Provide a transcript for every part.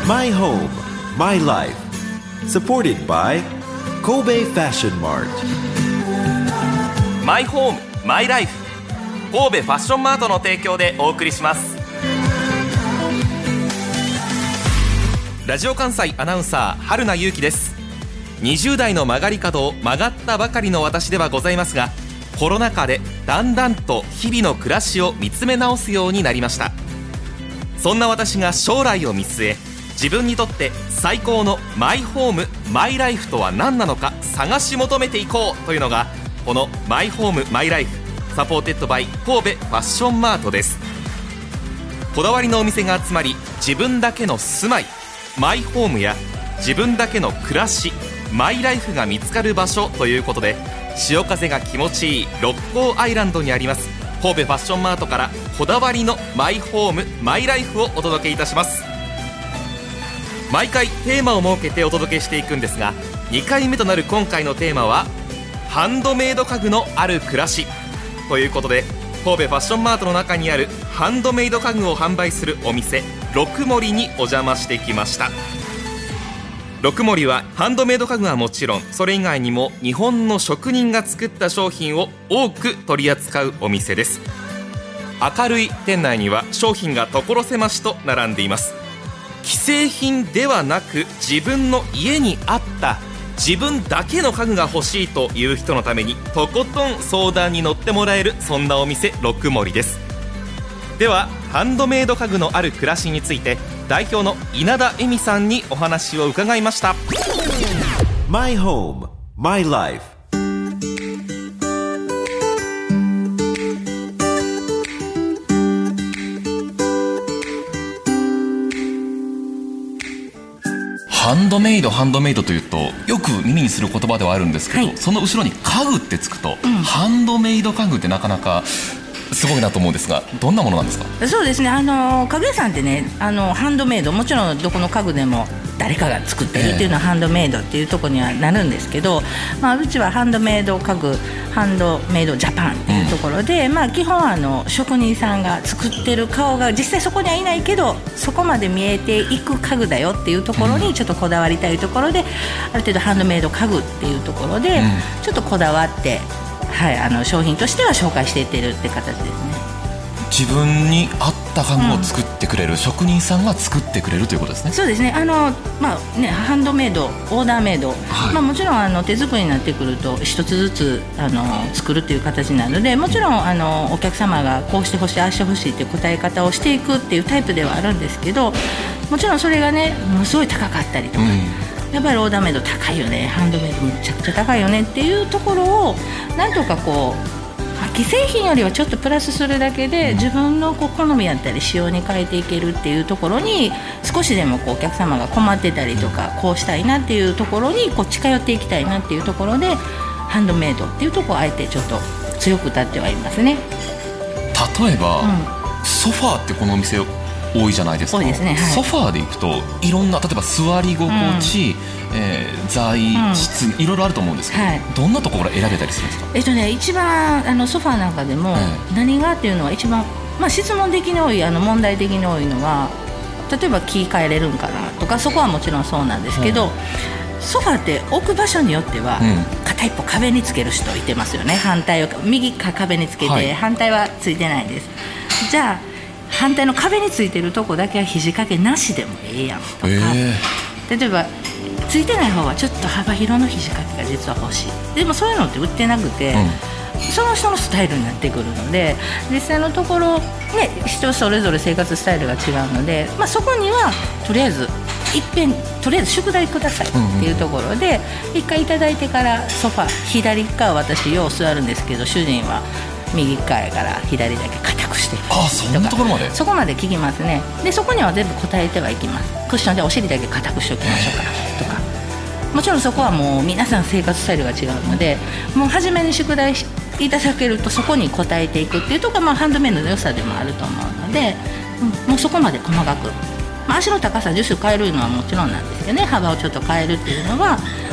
My Home, My Life. Supported by Kobe Fashion Mart. My Home, My Life。神戸ファッションマートの提供でお送りします。ラジオ関西アナウンサー春名優希です。20代の曲がり角を曲がったばかりの私ではございますが、コロナ禍でだんだんと日々の暮らしを見つめ直すようになりました。そんな私が将来を見据え、自分にとって最高のマイホームマイライフとは何なのか探し求めていこうというのが、このマイホームマイライフサポーテッドバイ神戸ファッションマートです。こだわりのお店が集まり、自分だけの住まいマイホームや自分だけの暮らしマイライフが見つかる場所ということで、潮風が気持ちいい六甲アイランドにあります神戸ファッションマートからこだわりのマイホームマイライフをお届けいたします。毎回テーマを設けてお届けしていくんですが、2回目となる今回のテーマはハンドメイド家具のある暮らしということで、神戸ファッションマートの中にあるハンドメイド家具を販売するお店六森にお邪魔してきました。六森はハンドメイド家具はもちろん、それ以外にも日本の職人が作った商品を多く取り扱うお店です。明るい店内には商品が所狭しと並んでいます。既製品ではなく、自分の家にあった自分だけの家具が欲しいという人のためにとことん相談に乗ってもらえる、そんなお店六森です。ではハンドメイド家具のある暮らしについて、代表の稲田恵美さんにお話を伺いました。 My Home, My Life。 ハンドメイドというとよく耳にする言葉ではあるんですけど、はい、その後ろに家具ってつくと、ハンドメイド家具ってなかなかすごいなと思うんですが、どんなものなんですか？ そうですね、家具屋さんってね、ハンドメイド、もちろんどこの家具でも誰かが作ってるっていうのはハンドメイドっていうところにはなるんですけど、うちはハンドメイド家具ハンドメイドジャパンっていうところで、基本職人さんが作ってる顔が実際そこにはいないけど、そこまで見えていく家具だよっていうところにちょっとこだわりたいところで、ある程度ハンドメイド家具っていうところでちょっとこだわって、商品としては紹介していってるって形ですね。 自分に合った家具を作ってくれる、職人さんが作ってくれるということですね。 そうですね、ハンドメイド、オーダーメイド、もちろん手作りになってくると一つずつ作るという形なので、もちろんお客様がこうしてほしいああしてほしいという答え方をしていくっていうタイプではあるんですけど、もちろんそれがねものすごい高かったりとか、やっぱりオーダーメイド高いよね、ハンドメイドめちゃくちゃ高いよねっていうところをなんとか既製品よりはちょっとプラスするだけで、自分の好みだったり仕様に変えていけるっていうところに少しでもお客様が困ってたりとか、こうしたいなっていうところに近寄っていきたいなっていうところで、ハンドメイドっていうところをあえてちょっと強く立ってはいますね。 例えば、ソファーってこのお店多いじゃないですか。 多いですね、 ソファーでいくといろんな、例えば座り心地、材質、いろいろあると思うんですけど、どんなところから選べたりするんですか？ 一番ソファーなんかでも、何がっていうのは一番、質問的に多い、問題的に多いのは、例えば木変えれるんかなとか、そこはもちろんそうなんですけど、ソファーって置く場所によっては、片一方壁につける人いてますよね。反対を右か壁につけて、反対はついてないです。じゃあ反対の壁についてるとこだけは肘掛けなしでもええやんとか、例えばついてない方はちょっと幅広の肘掛けが実は欲しい。でもそういうのって売ってなくて、その人のスタイルになってくるので、実際のところ、人それぞれ生活スタイルが違うので、そこにはとりあえずとりあえず宿題くださいっていうところで、一回いただいてからソファ左側は私よう座るんですけど、主人は右側やから左だけ硬くしてそんなところまで、 そこまで聞きますね。でそこには全部答えてはいきます。クッションでお尻だけ硬くしておきましょうかとか、もちろんそこはもう皆さん生活スタイルが違うので、もう初めに宿題いただけるとそこに答えていくっていうところが、ハンドメイドの良さでもあると思うので、もうそこまで細かく、足の高さ10種変えるのはもちろんなんですけどね、幅をちょっと変えるっていうのは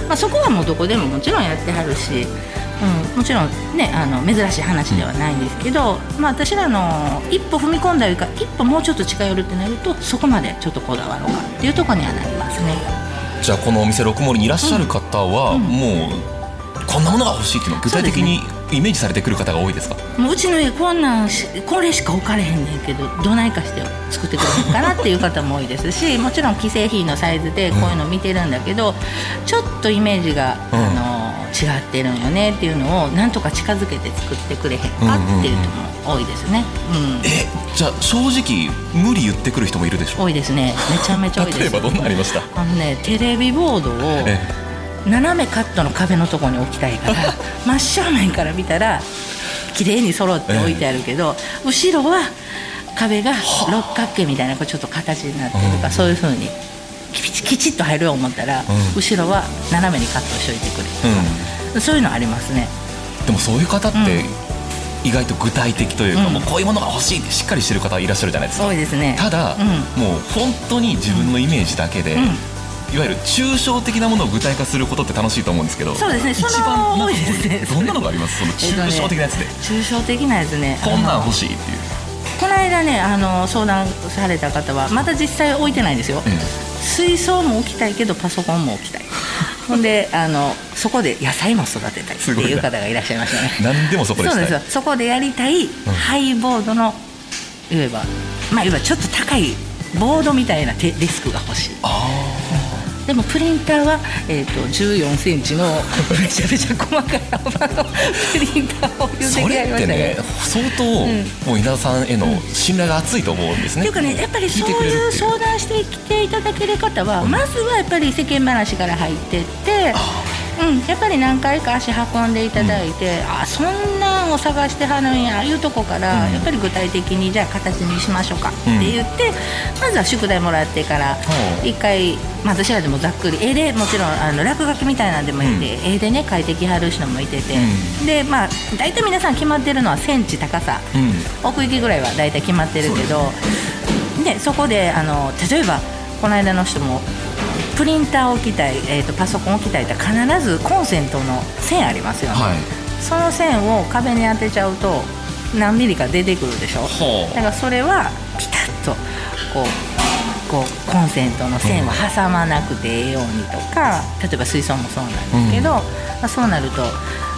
そこはもうどこでももちろんやってはるし、もちろんね珍しい話ではないんですけど、私らの一歩踏み込んだりか一歩もうちょっと近寄るってなるとそこまでちょっとこだわろうかっていうところにはなりますね。 じゃあこのお店六森にいらっしゃる方は、もうこんなものが欲しいっていうのを具体的にイメージされてくる方が多いですか？ もううちの家これしか置かれへんねんけどどないかして作ってくれへんかなっていう方も多いですしもちろん既製品のサイズでこういうの見てるんだけど、ちょっとイメージが、違ってるんよねっていうのをなんとか近づけて作ってくれへんかっていう人も多いですね。 じゃあ正直無理言ってくる人もいるでしょ？ 多いですね。めちゃめちゃ多いです。 例えばどんなありました？ テレビボードを斜めカットの壁のところに置きたいから真正面から見たら綺麗に揃って置いてあるけど、後ろは壁が六角形みたいなちょっと形になってるか、そういう風にきちっと入るよう思ったら、後ろは斜めにカットしておいてくれ、そういうのありますね。 でもそういう方って意外と具体的というか、もうこういうものが欲しいってしっかりしてる方いらっしゃるじゃないですか。 多いですね。 ただ、もう本当に自分のイメージだけで、いわゆる抽象的なものを具体化することって楽しいと思うんですけど、 そうですね、 一番多いですね。 どんなのがあります？その抽象的なやつで、 抽象的なやつね、 こんなん欲しいっていう。 この間ね相談された方はまだ実際置いてないんですよ、水槽も置きたいけどパソコンも置きたいほんでそこで野菜も育てたいっていう方がいらっしゃいましたね。 何でもそこでしたい。 そうですよ。そこでやりたいハイボードのいわばちょっと高いボードみたいなデスクが欲しい。でもプリンターは、14センチのめちゃめちゃ細かい幅のプリンターを言うてきましたね。 それってね、相当、もう稲田さんへの信頼が厚いと思うんですね。 というかね、やっぱりそういう相談してきていただける方は、まずはやっぱり世間話から入ってって、やっぱり何回か足運んでいただいて、そんなんを探してはるんやいうとこから、やっぱり具体的にじゃあ形にしましょうかって言って、まずは宿題もらってから一回、私らでもざっくり絵でもちろん落書きみたいなんでもいて、絵でね描いてきはる人もいてて、で大体皆さん決まってるのはセンチ高さ、奥行きぐらいは大体決まってるけど、でそこで例えばこの間の人もプリンターを置きたい、パソコンを置きたいって必ずコンセントの線ありますよね、その線を壁に当てちゃうと何ミリか出てくるでしょ。だからそれはピタッとこうコンセントの線を挟まなくてええようにとか、例えば水槽もそうなんですけど、そうなると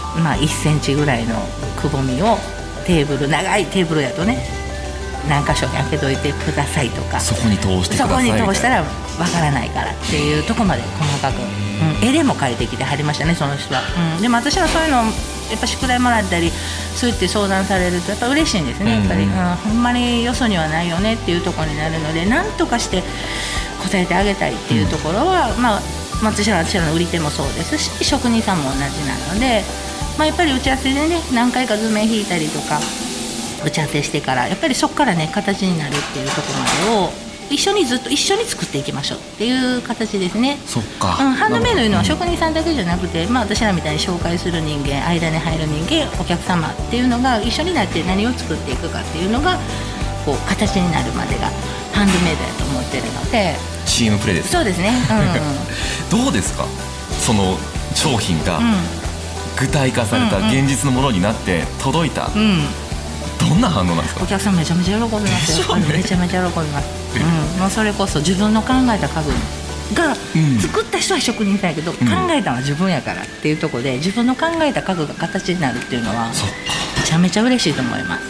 1センチぐらいのくぼみを長いテーブルやとね何箇所に開けといてくださいとか、 そこに通してください、 そこに通したらわからないからっていうところまで細かく、絵でも描いてきてはりましたね、その人は。でも私はそういうのやっぱ宿題もらったりそうやって相談されるとやっぱ嬉しいんですね、やっぱり、ほんまによそにはないよねっていうところになるので、何とかして答えてあげたいっていうところは、私らの売り手もそうですし職人さんも同じなので、やっぱり打ち合わせでね何回か図面引いたりとか打ち合わせしてからやっぱりそこからね形になるっていうところまでをずっと一緒に作っていきましょうっていう形ですね。 そっか、 ハンドメイドというのは職人さんだけじゃなくて、私らみたいに紹介する人間、間に入る人間、お客様っていうのが一緒になって何を作っていくかっていうのが形になるまでがハンドメイドやと思ってるので、 チームプレーです。 そうですね、 どうですか、その商品が具体化された現実のものになって届いた、どんな反応なんですか？ お客さんめちゃめちゃ喜びますよ、めちゃめちゃ喜びます、もうそれこそ自分の考えた家具が、作った人は職人さんやけど、考えたのは自分やからっていうところで自分の考えた家具が形になるっていうのはめちゃめちゃ嬉しいと思います。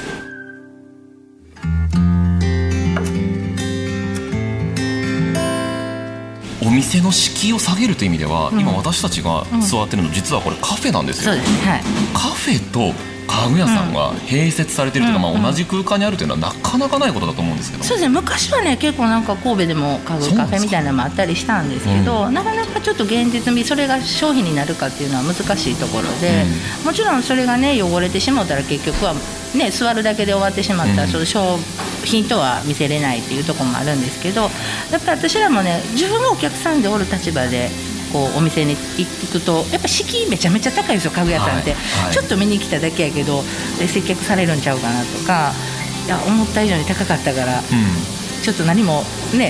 お店の敷居を下げるという意味では、今私たちが座ってるの実はこれカフェなんですよ。 そうですね、 カフェと家具屋さんが併設されているというか、同じ空間にあるというのはなかなかないことだと思うんですけど。 そうですね、昔はね結構なんか神戸でも家具カフェみたいなのもあったりしたんですけど、なかなかちょっと現実味それが商品になるかっていうのは難しいところで、もちろんそれがね汚れてしまったら結局はね座るだけで終わってしまったら、その商品とは見せれないっていうところもあるんですけど、やっぱり私らもね自分がお客さんでおる立場でお店に行くとやっぱ敷居めちゃめちゃ高いですよ、家具屋さんって、ちょっと見に来ただけやけど接客されるんちゃうかなとか、いや思った以上に高かったから、ちょっと何もね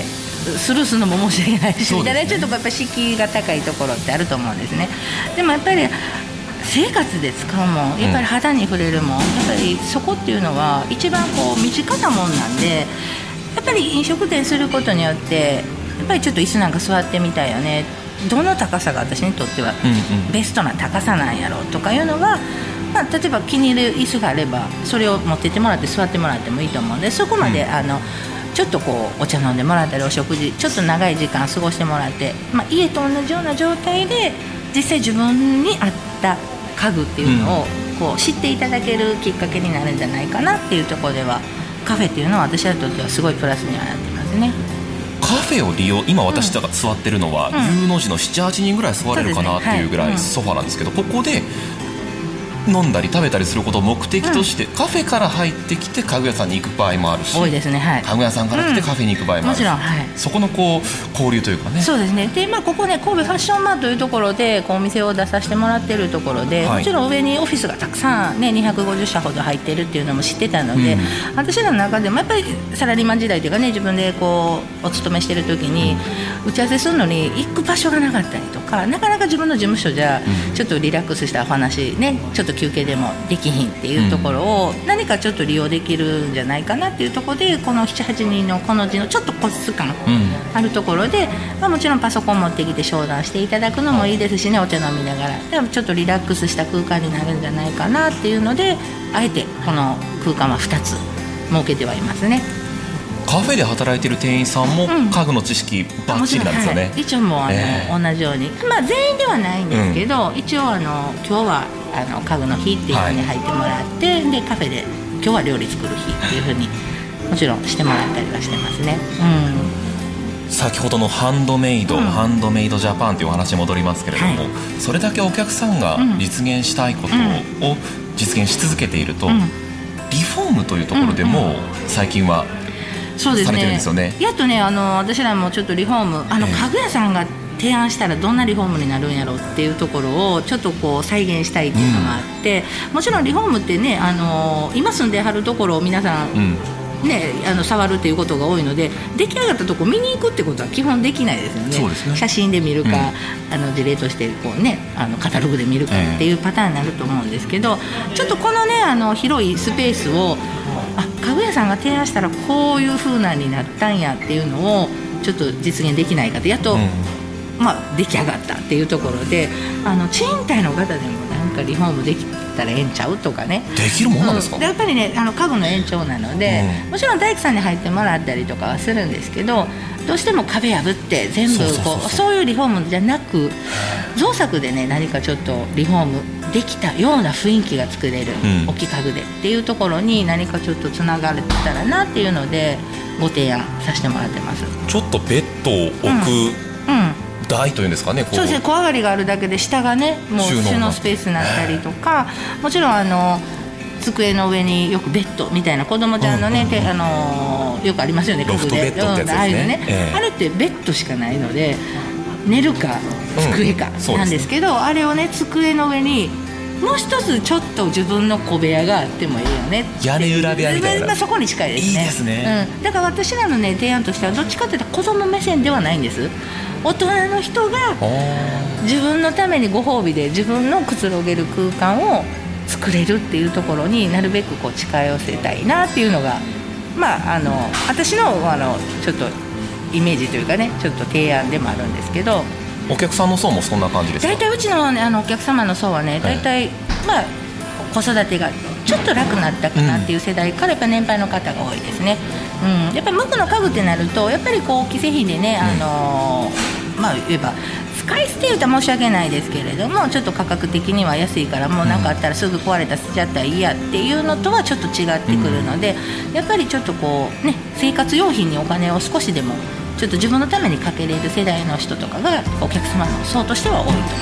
スルーするのも申し訳ないし、 そうですね、 ちょっとやっぱり敷居が高いところってあると思うんですね。でもやっぱり生活で使うもん、やっぱり肌に触れるもん、やっぱりそこっていうのは一番こう身近なもんなんで、やっぱり飲食店することによってやっぱりちょっと椅子なんか座ってみたいよね、どの高さが私にとってはベストな高さなんやろうとかいうのは、例えば気に入る椅子があればそれを持ってってもらって座ってもらってもいいと思うんで、そこまで、ちょっとこうお茶飲んでもらったりお食事ちょっと長い時間過ごしてもらって、家と同じような状態で実際自分に合った家具っていうのをこう知っていただけるきっかけになるんじゃないかなっていうところでは、カフェっていうのは私にとってはすごいプラスにはなってますね。 カフェを利用、今私が座ってるのは、U の字の 7,8 人ぐらい座れるかなっていうぐらいソファなんですけど、ここで飲んだり食べたりすることを目的として、カフェから入ってきて家具屋さんに行く場合もあるし、 多いですね、 家具屋さんから来てカフェに行く場合もあるし、 もちろん、 そこのこう交流というかね。 そうですね。で、ここね神戸ファッションマーというところでこうお店を出させてもらっているところで、もちろん上にオフィスがたくさんね250社ほど入っているっていうのも知ってたので、私らの中でもやっぱりサラリーマン時代というかね、自分でこうお勤めしている時に打ち合わせするのに行く場所がなかったりとか、なかなか自分の事務所じゃちょっとリラックスしたお話ね、ちょっと休憩でもできひんっていうところを何かちょっと利用できるんじゃないかなっていうところで、この 7,8 人のこの字のちょっと個室感あるところで、もちろんパソコン持ってきて商談していただくのもいいですしね、お茶飲みながらでもちょっとリラックスした空間になるんじゃないかなっていうので、あえてこの空間は2つ設けてはいますね。 カフェで働いている店員さんも家具の知識バッチリなんですよね。 一応もう同じように、全員ではないんですけど、一応今日は家具の日っていう風に入ってもらって、でカフェで今日は料理作る日っていう風にもちろんしてもらったりはしてますね。 先ほどのハンドメイド、ハンドメイドジャパンというお話に戻りますけれども、それだけお客さんが実現したいことを実現し続けていると、リフォームというところでも最近はそうですね、 されてるんですよね。 やっとね私らもちょっとリフォーム家具屋さんが提案したらどんなリフォームになるんやろうっていうところをちょっとこう再現したいっていうのがあって、もちろんリフォームってね今住んではるところを皆さん、触るっていうことが多いので、出来上がったとこ見に行くってことは基本できないですよね。 そうですね。 写真で見るか、事例としてこう、ね、カタログで見るかっていうパターンになると思うんですけど、ちょっとこのね広いスペースを家具屋さんが提案したらこういう風なになったんやっていうのをちょっと実現できないかってやっと、出来上がったっていうところで、賃貸の方でもなんかリフォームできたらええんちゃうとかね、 できるものなんですか。 やっぱりね家具の延長なので、もちろん大工さんに入ってもらったりとかはするんですけど、どうしても壁破って全部そういうリフォームじゃなく、造作でね何かちょっとリフォームできたような雰囲気が作れる、大きい家具でっていうところに何かちょっとつながれたらなっていうのでご提案させてもらってます。 ちょっとベッドを置く、台というんですかね、 そうですね、小上がりがあるだけで下がねもう収納スペースになったりとか、もちろん机の上によくベッドみたいな子供ちゃんのね、よくありますよね、 ロフトベッドってやつですね。 あれってベッドしかないので寝るか机かなんですけど、あれをね机の上にもう一つちょっと自分の小部屋があってもいいよね、 屋根裏部屋みたいな、 そこに近いですね。 いいですね、 だから私らのね提案としてはどっちかというと子供目線ではないんです。大人の人が自分のためにご褒美で自分のくつろげる空間を作れるっていうところになるべくこう近寄せたいなっていうのが、私のちょっとイメージというかね、ちょっと提案でもあるんですけど。 お客さんの層もそんな感じですか。 大体うちの、お客様の層はね、大体、子育てがちょっと楽になったかなっていう世代からやっぱ年配の方が多いですね。やっぱり無垢の家具ってなるとやっぱりこう既製品でね、言えば使い捨て言うと申し訳ないですけれども、ちょっと価格的には安いからもう何かあったらすぐ壊れたら捨てちゃったらいいやっていうのとはちょっと違ってくるので、やっぱりちょっとこうね生活用品にお金を少しでもちょっと自分のためにかけれる世代の人とかがお客様の層としては多いと思います。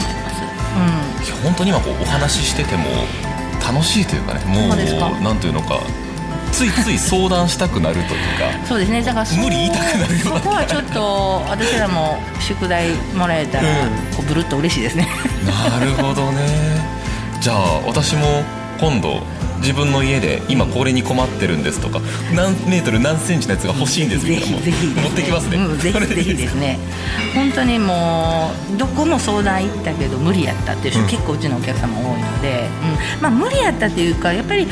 本当に今こうお話ししてても楽しいというかね、もうなんというのかついつい相談したくなるというかそうですね、だから無理言いたくなるような、 そこはちょっと私らも宿題もらえたら、こうブルッと嬉しいですね。 なるほどね。じゃあ私も今度自分の家で今これに困ってるんですとか、何メートル何センチのやつが欲しいんですみたいな、もう持ってきますね。 ぜひぜひですね。本当にもうどこも相談行ったけど無理やったっていう人、結構うちのお客様多いので、無理やったっていうか、やっぱり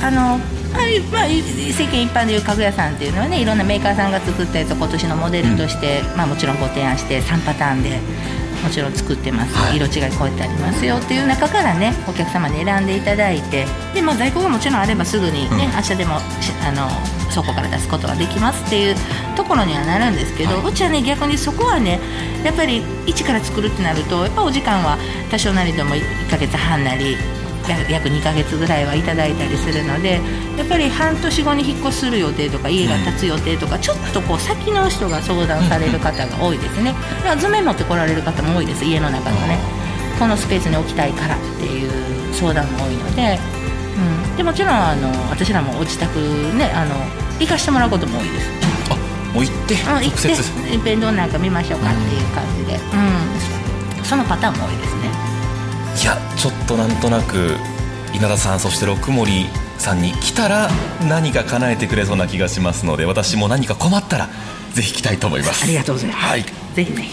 世間一般でいう家具屋さんっていうのはね、いろんなメーカーさんが作ったやつを今年のモデルとして、もちろんご提案して3パターンでもちろん作ってます、色違いこうやってありますよっていう中からね、お客様に選んでいただいて、で、在庫がもちろんあればすぐにね、明日でも倉庫から出すことができますっていうところにはなるんですけど、うちはね、逆にそこはね、やっぱり一から作るってなると、やっぱお時間は多少なりとも1ヶ月半なり約2ヶ月ぐらいはいただいたりするので、やっぱり半年後に引っ越しする予定とか家が建つ予定とか、ちょっとこう先の人が相談される方が多いですね。図面持って来られる方も多いです。家の中のね、このスペースに置きたいからっていう相談も多いので、でもちろん私らもお自宅ね、行かしてもらうことも多いです。 もう行って直接イベントなんか見ましょうかっていう感じで、そのパターンも多いですね。 いや、ちょっとなんとなく稲田さん、そして六森さんに来たら何か叶えてくれそうな気がしますので、私も何か困ったらぜひ来たいと思います。 ありがとうございます、ぜひぜ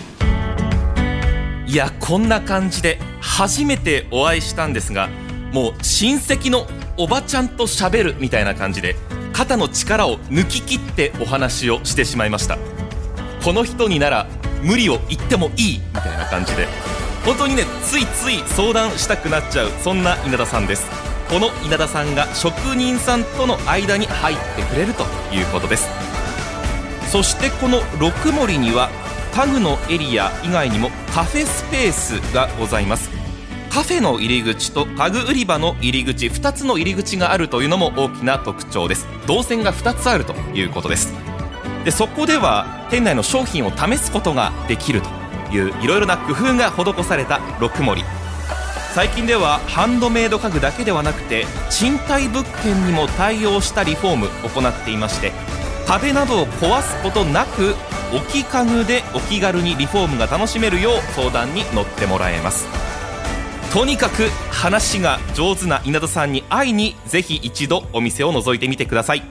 ひ。いや、こんな感じで初めてお会いしたんですが、もう親戚のおばちゃんと喋るみたいな感じで、肩の力を抜き切ってお話をしてしまいました。この人になら無理を言ってもいいみたいな感じで、本当にね、ついつい相談したくなっちゃう、そんな稲田さんです。この稲田さんが職人さんとの間に入ってくれるということです。そしてこの六森には家具のエリア以外にもカフェスペースがございます。カフェの入り口と家具売り場の入り口、2つの入り口があるというのも大きな特徴です。動線が2つあるということです。で、そこでは店内の商品を試すことができるといういろいろな工夫が施された六森。最近ではハンドメイド家具だけではなくて、賃貸物件にも対応したリフォームを行っていまして、壁などを壊すことなく置き家具でお気軽にリフォームが楽しめるよう相談に乗ってもらえます。とにかく話が上手な稲田さんに会いに、ぜひ一度お店を覗いてみてください。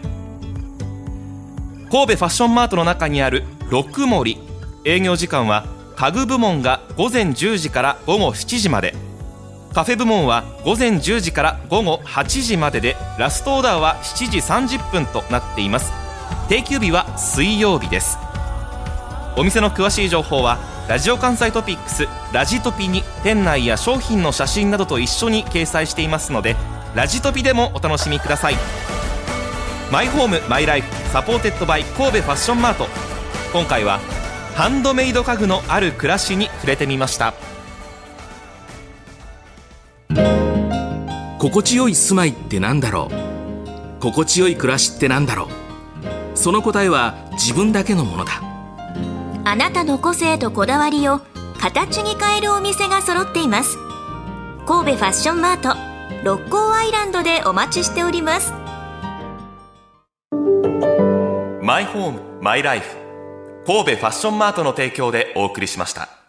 神戸ファッションマートの中にある六森、営業時間は家具部門が午前10時から午後7時まで、カフェ部門は午前10時から午後8時までで、ラストオーダーは7時30分となっています。定休日は水曜日です。お店の詳しい情報はラジオ関西トピックスラジトピに店内や商品の写真などと一緒に掲載していますので、ラジトピでもお楽しみください。マイホームマイライフサポーテッドバイ神戸ファッションマート。今回はハンドメイド家具のある暮らしに触れてみました。 心地よい住まいってなんだろう、心地よい暮らしってなんだろう。その答えは自分だけのものだ。 あなたの個性とこだわりを形に変えるお店が揃っています。神戸ファッションマート六甲アイランドでお待ちしております。 マイホームマイライフ、神戸ファッションマートの提供でお送りしました。